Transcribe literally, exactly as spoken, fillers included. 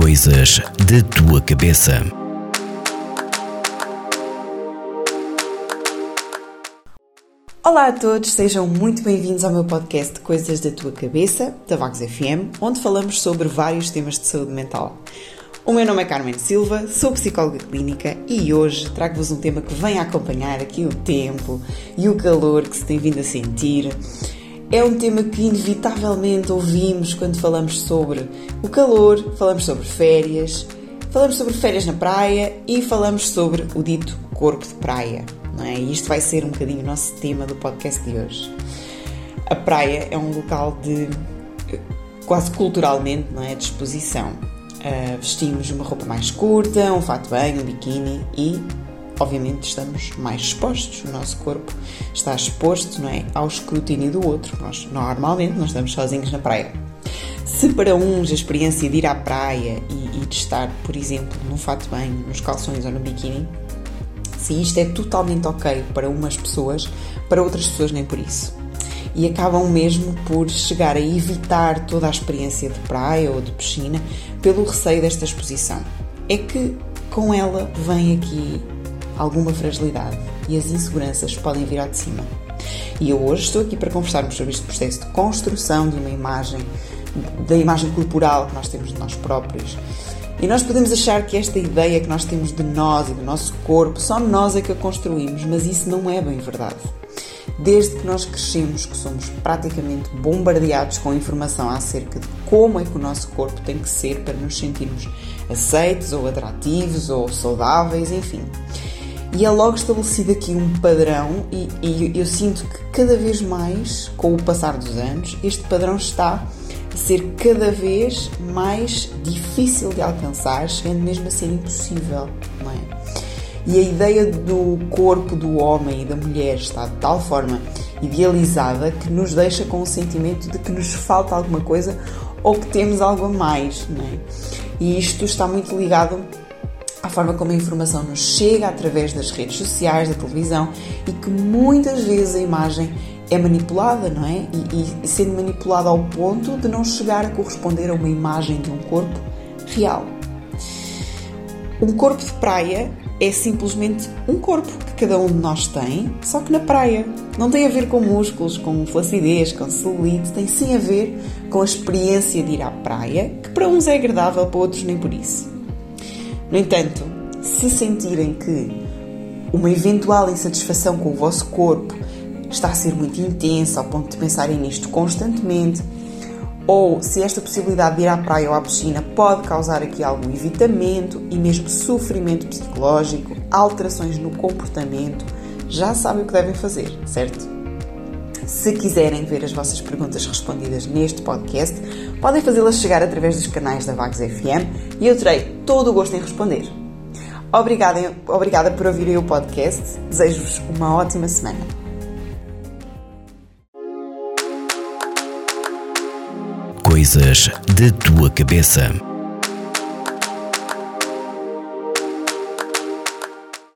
Coisas da tua cabeça. Olá a todos, sejam muito bem-vindos ao meu podcast Coisas da Tua Cabeça, da Vagos F M, onde falamos sobre vários temas de saúde mental. O meu nome é Carmen Silva, sou psicóloga clínica e hoje trago-vos um tema que vem a acompanhar aqui o tempo e o calor que se tem vindo a sentir. É um tema que inevitavelmente ouvimos quando falamos sobre o calor, falamos sobre férias, falamos sobre férias na praia e falamos sobre o dito corpo de praia. Não é? E isto vai ser um bocadinho o nosso tema do podcast de hoje. A praia é um local de, quase culturalmente, não é, de exposição. Uh, vestimos uma roupa mais curta, um fato de banho, um biquíni e, obviamente, estamos mais expostos. O nosso corpo está exposto, não é, ao escrutínio do outro. Nós, normalmente, não estamos sozinhos na praia. Se para uns a experiência de ir à praia e, e de estar, por exemplo, num fato de banho, nos calções ou no biquíni, se isto é totalmente ok para umas pessoas, para outras pessoas nem por isso. E acabam mesmo por chegar a evitar toda a experiência de praia ou de piscina pelo receio desta exposição. É que com ela vem aqui alguma fragilidade e as inseguranças podem vir ao de cima. E eu hoje estou aqui para conversarmos sobre este processo de construção de uma imagem, da imagem corporal que nós temos de nós próprios. E nós podemos achar que esta ideia que nós temos de nós e do nosso corpo, só nós é que a construímos, mas isso não é bem verdade. Desde que nós crescemos, que somos praticamente bombardeados com informação acerca de como é que o nosso corpo tem que ser para nos sentirmos aceitos ou atrativos ou saudáveis, enfim. E é logo estabelecido aqui um padrão e, e eu sinto que cada vez mais, com o passar dos anos, este padrão está a ser cada vez mais difícil de alcançar, chegando mesmo a ser impossível, não é? E a ideia do corpo do homem e da mulher está de tal forma idealizada que nos deixa com o sentimento de que nos falta alguma coisa ou que temos algo a mais, não é? E isto está muito ligado à forma como a informação nos chega através das redes sociais, da televisão e que muitas vezes a imagem é manipulada, não é? E, e sendo manipulada ao ponto de não chegar a corresponder a uma imagem de um corpo real. Um corpo de praia é simplesmente um corpo que cada um de nós tem, só que na praia. Não tem a ver com músculos, com flacidez, com celulite, tem sim a ver com a experiência de ir à praia, que para uns é agradável, para outros nem por isso. No entanto, se sentirem que uma eventual insatisfação com o vosso corpo está a ser muito intensa ao ponto de pensarem nisto constantemente, ou se esta possibilidade de ir à praia ou à piscina pode causar aqui algum evitamento e mesmo sofrimento psicológico, alterações no comportamento, já sabem o que devem fazer, certo? Se quiserem ver as vossas perguntas respondidas neste podcast, podem fazê-las chegar através dos canais da Vagos F M e eu terei todo o gosto em responder. Obrigada, obrigada por ouvirem o podcast, desejo-vos uma ótima semana. Coisas da tua cabeça.